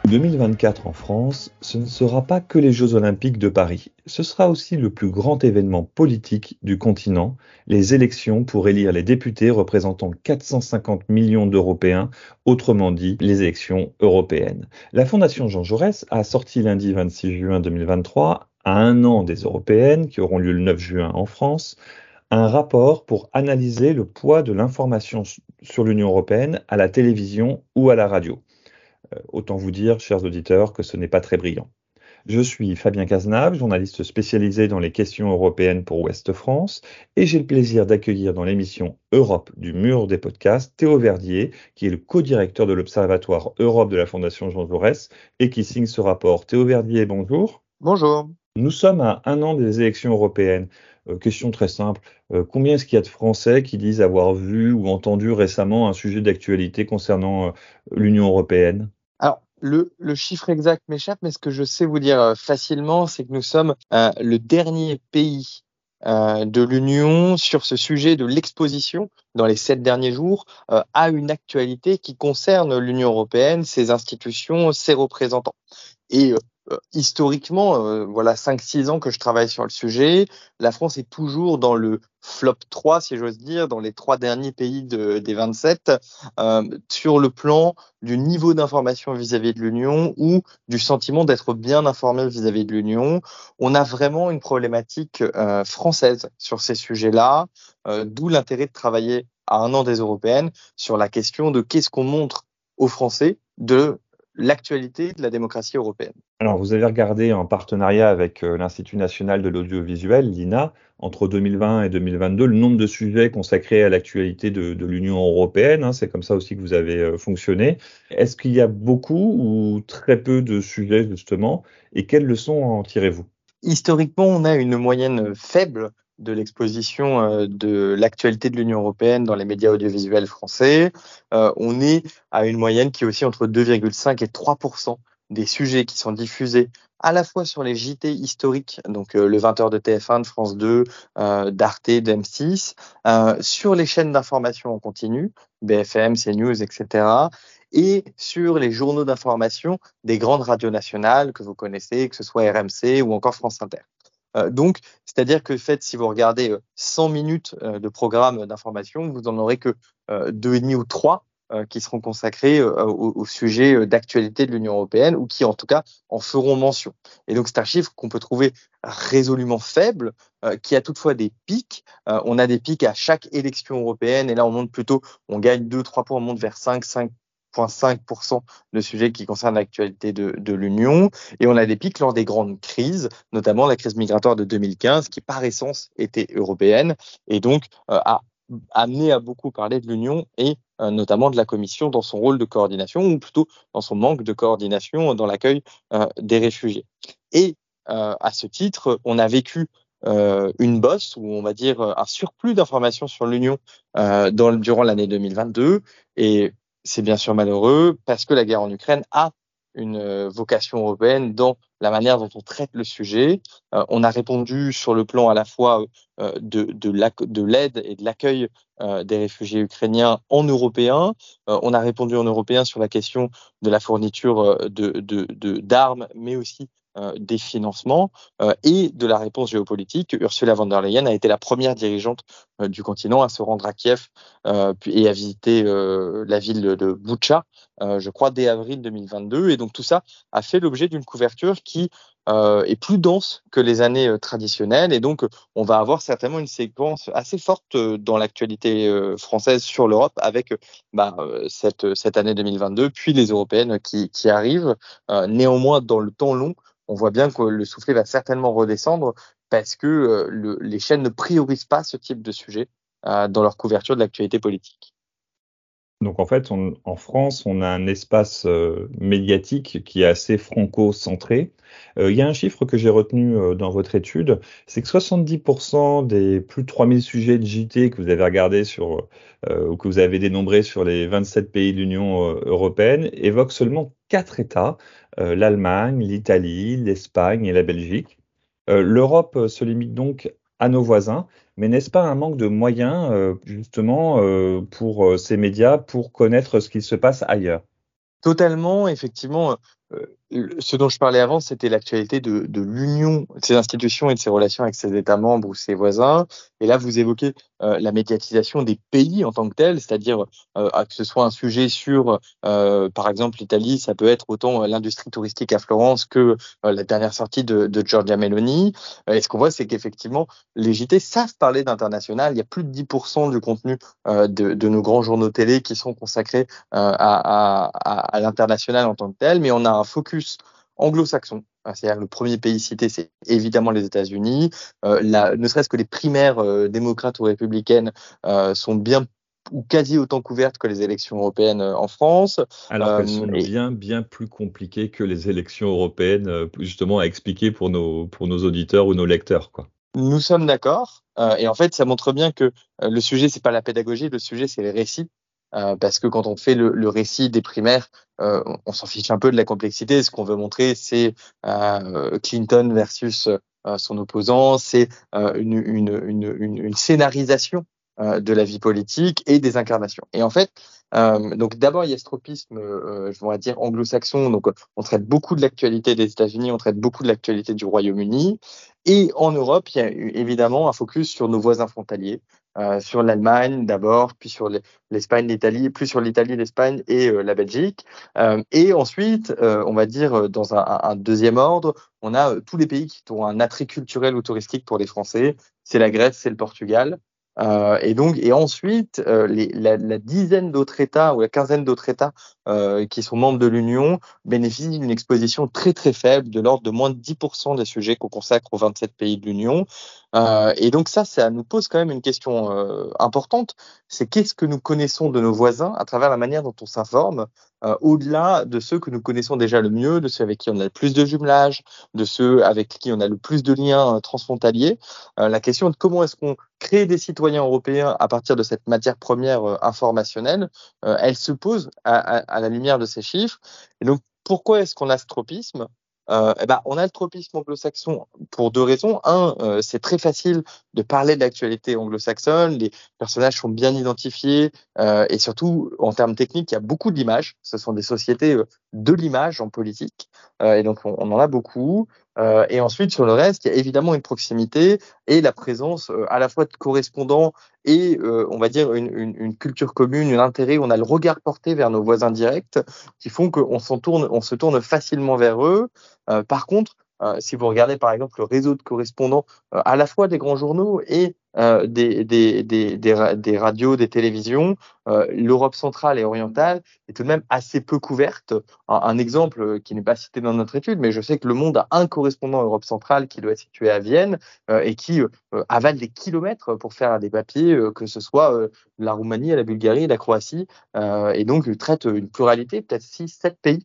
2024 en France, ce ne sera pas que les Jeux Olympiques de Paris, ce sera aussi le plus grand événement politique du continent, les élections pour élire les députés représentant 450 millions d'Européens, autrement dit les élections européennes. La Fondation Jean Jaurès a sorti lundi 26 juin 2023, à un an des européennes qui auront lieu le 9 juin en France, un rapport pour analyser le poids de l'information sur l'Union européenne à la télévision ou à la radio. Autant vous dire, chers auditeurs, que ce n'est pas très brillant. Je suis Fabien Cazenave, journaliste spécialisé dans les questions européennes pour Ouest France, et j'ai le plaisir d'accueillir dans l'émission Europe du mur des podcasts Théo Verdier, qui est le co-directeur de l'Observatoire Europe de la Fondation Jean Jaurès et qui signe ce rapport. Théo Verdier, bonjour. Bonjour. Nous sommes à un an des élections européennes. Question très simple. Combien est-ce qu'il y a de Français qui disent avoir vu ou entendu récemment un sujet d'actualité concernant l'Union européenne ? Alors, le chiffre exact m'échappe, mais ce que je sais vous dire facilement, c'est que nous sommes le dernier pays de l'Union sur ce sujet de l'exposition dans les 7 derniers jours à une actualité qui concerne l'Union européenne, ses institutions, ses représentants. Et historiquement, voilà 5-6 ans que je travaille sur le sujet, la France est toujours dans le flop 3, si j'ose dire, dans les 3 derniers pays des 27, sur le plan du niveau d'information vis-à-vis de l'Union ou du sentiment d'être bien informé vis-à-vis de l'Union. On a vraiment une problématique française sur ces sujets-là, d'où l'intérêt de travailler à un an des européennes sur la question de qu'est-ce qu'on montre aux Français de l'actualité de la démocratie européenne. Alors, vous avez regardé en partenariat avec l'Institut national de l'audiovisuel, l'INA, entre 2020 et 2022, le nombre de sujets consacrés à l'actualité de l'Union européenne. Hein, c'est comme ça aussi que vous avez fonctionné. Est-ce qu'il y a beaucoup ou très peu de sujets, justement, et quelles leçons en tirez-vous ? Historiquement, on a une moyenne faible de l'exposition de l'actualité de l'Union européenne dans les médias audiovisuels français. On est à une moyenne qui est aussi entre 2,5 et 3% des sujets qui sont diffusés à la fois sur les JT historiques, donc le 20h de TF1, de France 2, d'Arte, de M6, sur les chaînes d'information en continu, BFM, CNews, etc., et sur les journaux d'information des grandes radios nationales que vous connaissez, que ce soit RMC ou encore France Inter. Donc, c'est-à-dire que si vous regardez 100 minutes de programme d'information, vous en aurez que 2,5 ou 3 qui seront consacrés au sujet d'actualité de l'Union européenne ou qui, en tout cas, en feront mention. Et donc, c'est un chiffre qu'on peut trouver résolument faible, qui a toutefois des pics. On a des pics à chaque élection européenne et là, on gagne 2-3 points, on monte vers 5,5% de sujets qui concernent l'actualité de l'Union. Et on a des pics lors des grandes crises, notamment la crise migratoire de 2015, qui par essence était européenne et donc a amené à beaucoup parler de l'Union et notamment de la Commission dans son rôle de coordination, ou plutôt dans son manque de coordination dans l'accueil des réfugiés. Et à ce titre, on a vécu une bosse, ou on va dire un surplus d'informations sur l'Union durant l'année 2022. Et c'est bien sûr malheureux parce que la guerre en Ukraine a une vocation européenne dans la manière dont on traite le sujet. On a répondu sur le plan à la fois de l'aide et de l'accueil des réfugiés ukrainiens en européen. On a répondu en européen sur la question de la fourniture d'armes, mais aussi des financements et de la réponse géopolitique. Ursula von der Leyen a été la première dirigeante du continent à se rendre à Kiev et à visiter la ville de Boutcha, je crois, dès avril 2022. Et donc tout ça a fait l'objet d'une couverture qui est plus dense que les années traditionnelles. Et donc on va avoir certainement une séquence assez forte dans l'actualité française sur l'Europe avec cette année 2022, puis les européennes qui arrivent. Néanmoins, dans le temps long, on voit bien que le soufflet va certainement redescendre parce que les chaînes ne priorisent pas ce type de sujet dans leur couverture de l'actualité politique. Donc en fait, en France, on a un espace médiatique qui est assez franco-centré. Il y a un chiffre que j'ai retenu dans votre étude, c'est que 70% des plus de 3000 sujets de JT que vous avez regardés ou que vous avez dénombrés sur les 27 pays de l'Union européenne évoquent seulement 4 États, l'Allemagne, l'Italie, l'Espagne et la Belgique. L'Europe se limite donc à nos voisins. Mais n'est-ce pas un manque de moyens, justement, pour ces médias, pour connaître ce qui se passe ailleurs ? Totalement, effectivement, Ce dont je parlais avant, c'était l'actualité de l'Union, de ses institutions et de ses relations avec ses États membres ou ses voisins. Et là, vous évoquez la médiatisation des pays en tant que tels, c'est-à-dire que ce soit un sujet sur, par exemple, l'Italie, ça peut être autant l'industrie touristique à Florence que la dernière sortie de Giorgia Meloni. Et ce qu'on voit, c'est qu'effectivement, les JT savent parler d'international. Il y a plus de 10% du contenu de nos grands journaux télé qui sont consacrés à l'international en tant que tel, mais on a un focus anglo-saxon. C'est-à-dire le premier pays cité, c'est évidemment les États-Unis. Ne serait-ce que les primaires démocrates ou républicaines sont bien ou quasi autant couvertes que les élections européennes en France. Alors qu'elles sont Et bien plus compliquées que les élections européennes, justement à expliquer pour nos auditeurs ou nos lecteurs, quoi. nous sommes d'accord. Et en fait, ça montre bien que le sujet, c'est pas la pédagogie, le sujet, c'est les récits. Parce que quand on fait le récit des primaires, on s'en fiche un peu de la complexité. Ce qu'on veut montrer, c'est Clinton versus son opposant, c'est une scénarisation de la vie politique et des incarnations. Et en fait, donc d'abord, il y a ce tropisme, je vais dire anglo-saxon. Donc, on traite beaucoup de l'actualité des États-Unis, on traite beaucoup de l'actualité du Royaume-Uni. Et en Europe, il y a évidemment un focus sur nos voisins frontaliers, sur l'Allemagne d'abord, puis sur l'Espagne, l'Italie, plus sur l'Italie, l'Espagne et la Belgique. Et ensuite, on va dire dans un deuxième ordre, on a tous les pays qui ont un attrait culturel ou touristique pour les Français. C'est la Grèce, c'est le Portugal. Et ensuite, la dizaine d'autres États ou la quinzaine d'autres États qui sont membres de l'Union bénéficient d'une exposition très très faible, de l'ordre de moins de 10% des sujets qu'on consacre aux 27 pays de l'Union. Et donc ça nous pose quand même une question importante, c'est qu'est-ce que nous connaissons de nos voisins à travers la manière dont on s'informe, au-delà de ceux que nous connaissons déjà le mieux, de ceux avec qui on a le plus de jumelage, de ceux avec qui on a le plus de liens transfrontaliers. La question de comment est-ce qu'on crée des citoyens européens à partir de cette matière première informationnelle, elle se pose à la lumière de ces chiffres. Et donc, pourquoi est-ce qu'on a ce tropisme? On a le tropisme anglo-saxon pour deux raisons. Un, c'est très facile de parler de l'actualité anglo-saxonne, les personnages sont bien identifiés, et surtout, en termes techniques, il y a beaucoup d'images. Ce sont des sociétés de l'image en politique, et donc on en a beaucoup. Et ensuite, sur le reste, il y a évidemment une proximité et la présence à la fois de correspondants et, on va dire, une culture commune, un intérêt. On a le regard porté vers nos voisins directs qui font qu'on on se tourne facilement vers eux. Par contre, si vous regardez par exemple le réseau de correspondants à la fois des grands journaux et des radios, des télévisions, l'Europe centrale et orientale est tout de même assez peu couverte. Un exemple qui n'est pas cité dans notre étude, mais je sais que Le Monde a un correspondant Europe centrale qui doit être situé à Vienne et qui avale des kilomètres pour faire des papiers, que ce soit la Roumanie, la Bulgarie, la Croatie, et donc traite une pluralité, peut-être 6, 7 pays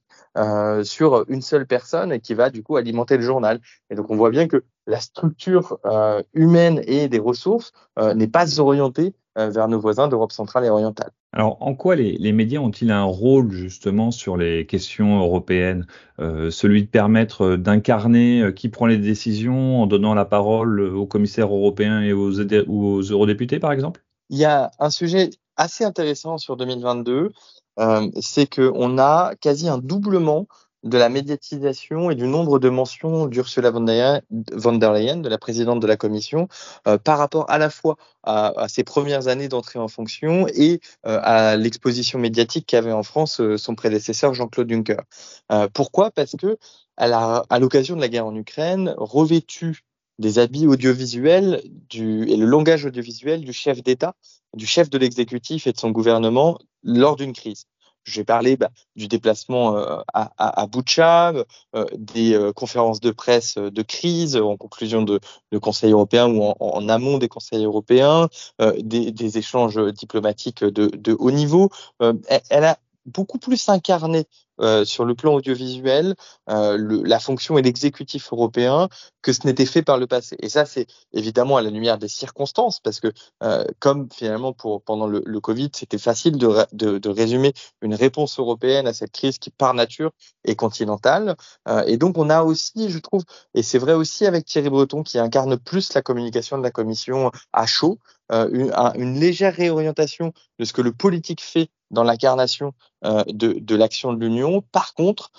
sur une seule personne et qui va du coup alimenter le journal. Et donc on voit bien que la structure humaine et des ressources n'est pas orientée vers nos voisins d'Europe centrale et orientale. Alors, en quoi les médias ont-ils un rôle justement sur les questions européennes? Celui de permettre d'incarner qui prend les décisions en donnant la parole aux commissaires européens et ou aux eurodéputés, par exemple? Il y a un sujet assez intéressant sur 2022, c'est qu'on a quasi un doublement de la médiatisation et du nombre de mentions d'Ursula von der Leyen, de la présidente de la Commission, par rapport à la fois à ses premières années d'entrée en fonction et à l'exposition médiatique qu'avait en France son prédécesseur Jean-Claude Juncker. Pourquoi? Parce que elle a, à l'occasion de la guerre en Ukraine, revêtu des habits audiovisuels et le langage audiovisuel du chef d'État, du chef de l'exécutif et de son gouvernement lors d'une crise. J'ai parlé du déplacement à Boutcha, des conférences de presse de crise en conclusion de Conseil européen ou en amont des Conseils européens, des échanges diplomatiques de haut niveau. Elle a beaucoup plus incarné sur le plan audiovisuel la fonction et l'exécutif européen que ce n'était fait par le passé. Et ça, c'est évidemment à la lumière des circonstances, parce que comme finalement pendant le Covid, c'était facile de résumer une réponse européenne à cette crise qui, par nature, est continentale. Et donc, on a aussi, je trouve, et c'est vrai aussi avec Thierry Breton, qui incarne plus la communication de la Commission à chaud, une légère réorientation de ce que le politique fait dans l'incarnation de l'action de l'Union. Par contre,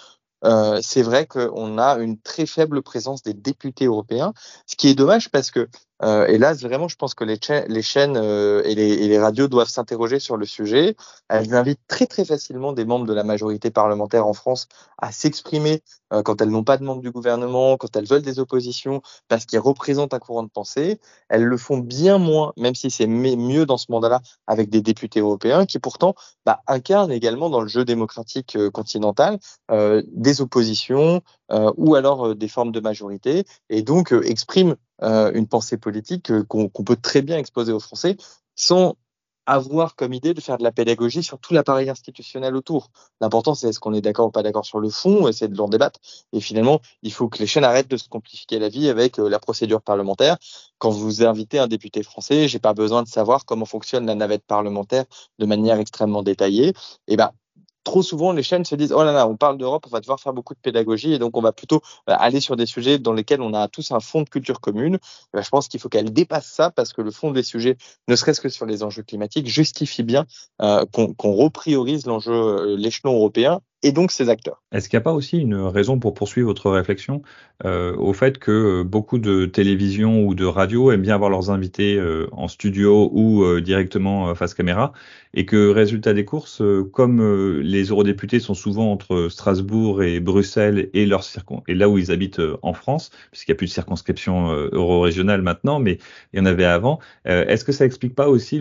c'est vrai qu'on a une très faible présence des députés européens, ce qui est dommage parce que, et là, vraiment, je pense que les chaînes et les radios doivent s'interroger sur le sujet. Elles invitent très très facilement des membres de la majorité parlementaire en France à s'exprimer quand elles n'ont pas de membres du gouvernement, quand elles veulent des oppositions, parce qu'ils représentent un courant de pensée. Elles le font bien moins, même si c'est mieux dans ce mandat-là, avec des députés européens qui pourtant incarnent également dans le jeu démocratique continental des oppositions ou alors des formes de majorité et donc expriment une pensée politique qu'on peut très bien exposer aux Français sans avoir comme idée de faire de la pédagogie sur tout l'appareil institutionnel autour. L'important, c'est est-ce qu'on est d'accord ou pas d'accord sur le fond, c'est de l'en débattre. Et finalement, il faut que les chaînes arrêtent de se compliquer la vie avec la procédure parlementaire. Quand vous invitez un député français, j'ai pas besoin de savoir comment fonctionne la navette parlementaire de manière extrêmement détaillée. Et ben, trop souvent, les chaînes se disent, oh là là, on parle d'Europe, on va devoir faire beaucoup de pédagogie et donc on va plutôt aller sur des sujets dans lesquels on a tous un fond de culture commune. Je pense qu'il faut qu'elles dépassent ça parce que le fond des sujets, ne serait-ce que sur les enjeux climatiques, justifie bien qu'on repriorise l'enjeu, l'échelon européen et donc ses acteurs. Est-ce qu'il n'y a pas aussi une raison pour poursuivre votre réflexion au fait que beaucoup de télévisions ou de radios aiment bien avoir leurs invités en studio ou directement face caméra et que résultat des courses, comme les eurodéputés sont souvent entre Strasbourg et Bruxelles et et là où ils habitent en France, puisqu'il n'y a plus de circonscription euro-régionale maintenant, mais il y en avait avant, est-ce que ça explique pas aussi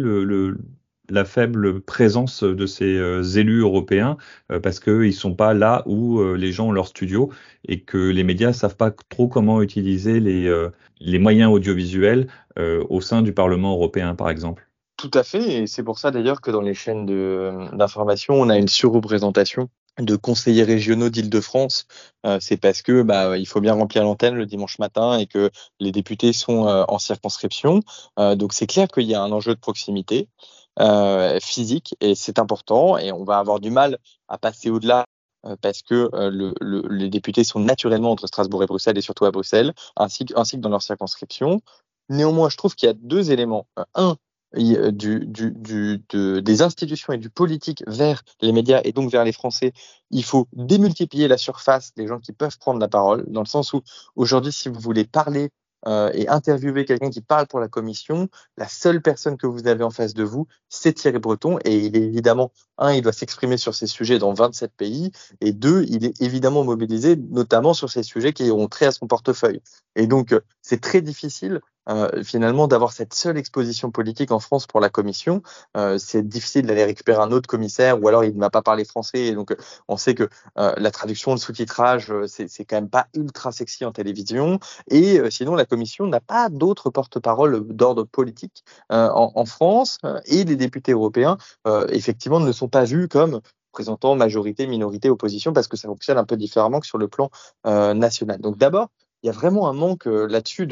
la faible présence de ces élus européens parce qu'ils sont pas là où les gens ont leur studio et que les médias savent pas trop comment utiliser les moyens audiovisuels au sein du Parlement européen, par exemple. Tout à fait, et c'est pour ça d'ailleurs que dans les chaînes d'information, on a une surreprésentation de conseillers régionaux d'Île-de-France. C'est parce que il faut bien remplir l'antenne le dimanche matin et que les députés sont en circonscription. Donc c'est clair qu'il y a un enjeu de proximité physique et c'est important et on va avoir du mal à passer au-delà parce que les députés sont naturellement entre Strasbourg et Bruxelles et surtout à Bruxelles, ainsi que dans leur circonscription. Néanmoins, je trouve qu'il y a deux éléments. Un, des institutions et du politique vers les médias et donc vers les Français, il faut démultiplier la surface des gens qui peuvent prendre la parole, dans le sens où aujourd'hui, si vous voulez parler et interviewer quelqu'un qui parle pour la commission, la seule personne que vous avez en face de vous, c'est Thierry Breton. Et il est évidemment, un, il doit s'exprimer sur ces sujets dans 27 pays, et deux, il est évidemment mobilisé, notamment sur ces sujets qui ont trait à son portefeuille. Et donc, c'est très difficile finalement d'avoir cette seule exposition politique en France pour la commission. C'est difficile d'aller récupérer un autre commissaire ou alors il ne va pas parler français. Et donc on sait que la traduction, le sous-titrage, c'est quand même pas ultra sexy en télévision. Et sinon la commission n'a pas d'autres porte-parole d'ordre politique en France. Et les députés européens effectivement ne sont pas vus comme présentant majorité, minorité, opposition, parce que ça fonctionne un peu différemment que sur le plan national. Donc d'abord, il y a vraiment un manque là-dessus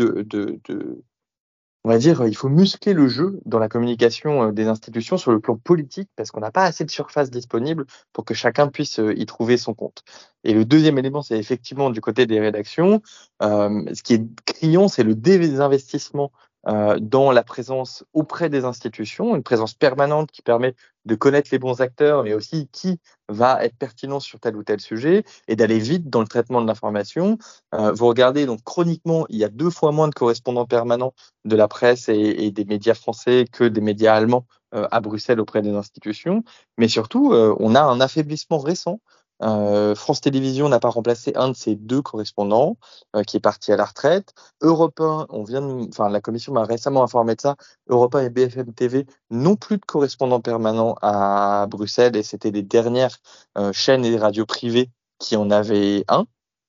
on va dire, il faut muscler le jeu dans la communication des institutions sur le plan politique parce qu'on n'a pas assez de surface disponible pour que chacun puisse y trouver son compte. Et le deuxième élément, c'est effectivement du côté des rédactions. Ce qui est criant, c'est le désinvestissement dans la présence auprès des institutions, une présence permanente qui permet de connaître les bons acteurs, mais aussi qui va être pertinent sur tel ou tel sujet et d'aller vite dans le traitement de l'information. Vous regardez, donc chroniquement, il y a 2 fois moins de correspondants permanents de la presse et des médias français que des médias allemands à Bruxelles auprès des institutions. Mais surtout, on a un affaiblissement récent. France Télévisions n'a pas remplacé un de ses 2 correspondants qui est parti à la retraite. Europe 1, la commission m'a récemment informé de ça. Europe 1 et BFM TV n'ont plus de correspondants permanents à Bruxelles et c'était les dernières chaînes et radios privées qui en avaient un.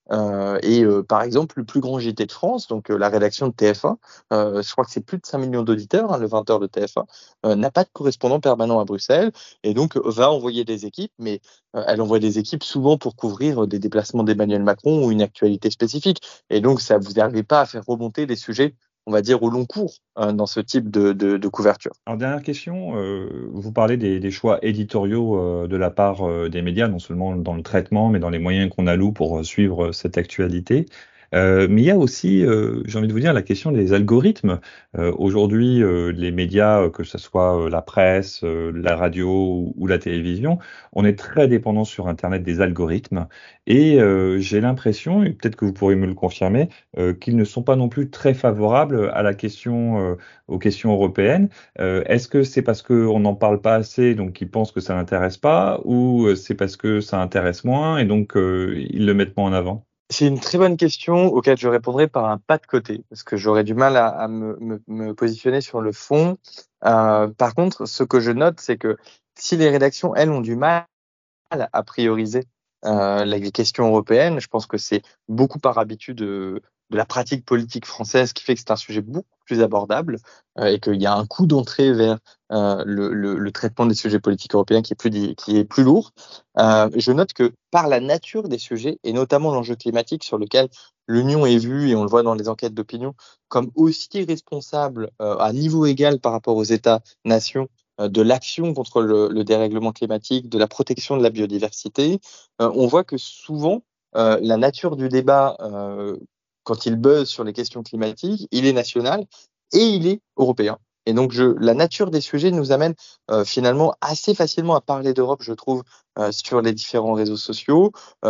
Par exemple, le plus grand JT de France, donc la rédaction de TF1, je crois que c'est plus de 5 millions d'auditeurs, hein, le 20h de TF1, n'a pas de correspondant permanent à Bruxelles et donc va envoyer des équipes, mais elle envoie des équipes souvent pour couvrir des déplacements d'Emmanuel Macron ou une actualité spécifique. Et donc, ça vous n'arrivez pas à faire remonter les sujets, on va dire, au long cours dans ce type de couverture. Alors, dernière question, vous parlez des choix éditoriaux de la part des médias, non seulement dans le traitement, mais dans les moyens qu'on alloue pour suivre cette actualité. Mais il y a aussi, j'ai envie de vous dire, la question des algorithmes. Aujourd'hui, les médias, que ce soit la presse, la radio ou la télévision, on est très dépendant sur Internet des algorithmes. Et j'ai l'impression, et peut-être que vous pourrez me le confirmer, qu'ils ne sont pas non plus très favorables à la question, aux questions européennes. Est-ce que c'est parce qu'on n'en parle pas assez, donc ils pensent que ça n'intéresse pas, ou c'est parce que ça intéresse moins et donc ils le mettent moins en avant? C'est une très bonne question auquel je répondrai par un pas de côté, parce que j'aurais du mal à me positionner sur le fond. Par contre, ce que je note, c'est que si les rédactions, elles, ont du mal à prioriser les questions européennes. Je pense que c'est beaucoup par habitude de la pratique politique française qui fait que c'est un sujet beaucoup plus abordable et qu'il y a un coût d'entrée vers le traitement des sujets politiques européens qui est plus lourd. Je note que par la nature des sujets, et notamment l'enjeu climatique sur lequel l'Union est vue, et on le voit dans les enquêtes d'opinion, comme aussi responsable à niveau égal par rapport aux États-nations de l'action contre le dérèglement climatique, de la protection de la biodiversité, on voit que souvent, la nature du débat, quand il buzz sur les questions climatiques, il est national et il est européen. Et donc, la nature des sujets nous amène finalement assez facilement à parler d'Europe, je trouve, sur les différents réseaux sociaux.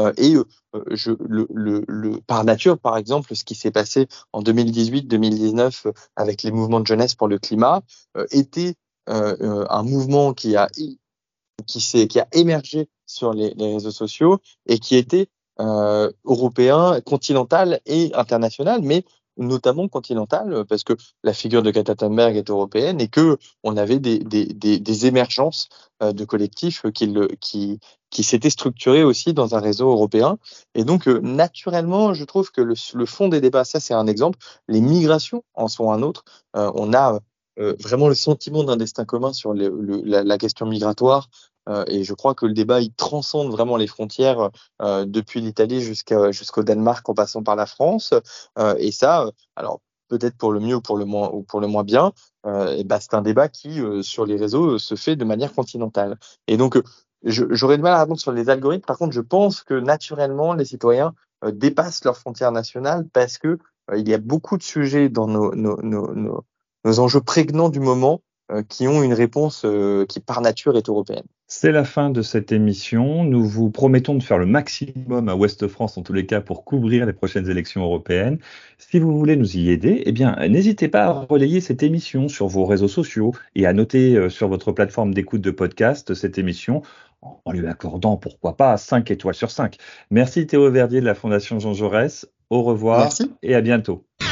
Par nature, par exemple, ce qui s'est passé en 2018-2019 avec les mouvements de jeunesse pour le climat était un mouvement qui a émergé sur les réseaux sociaux et qui était européen, continental et international, mais notamment continental, parce que la figure de Greta Thunberg est européenne et que on avait des émergences de collectifs qui s'étaient structurés aussi dans un réseau européen. Et donc, naturellement, je trouve que le fond des débats, ça c'est un exemple, les migrations en sont un autre. On a vraiment le sentiment d'un destin commun sur la question migratoire. Et je crois que le débat, il transcende vraiment les frontières depuis l'Italie jusqu'au Danemark en passant par la France. Et ça, alors peut-être pour le mieux ou pour le moins bien, et ben, c'est un débat qui, sur les réseaux, se fait de manière continentale. Et donc, j'aurais du mal à répondre sur les algorithmes. Par contre, je pense que naturellement, les citoyens dépassent leurs frontières nationales parce que il y a beaucoup de sujets dans nos enjeux prégnants du moment qui ont une réponse qui, par nature, est européenne. C'est la fin de cette émission. Nous vous promettons de faire le maximum à Ouest France, en tous les cas, pour couvrir les prochaines élections européennes. Si vous voulez nous y aider, eh bien, n'hésitez pas à relayer cette émission sur vos réseaux sociaux et à noter sur votre plateforme d'écoute de podcast cette émission en lui accordant, pourquoi pas, 5 étoiles sur 5. Merci Théo Verdier de la Fondation Jean Jaurès. Au revoir Merci. et à bientôt.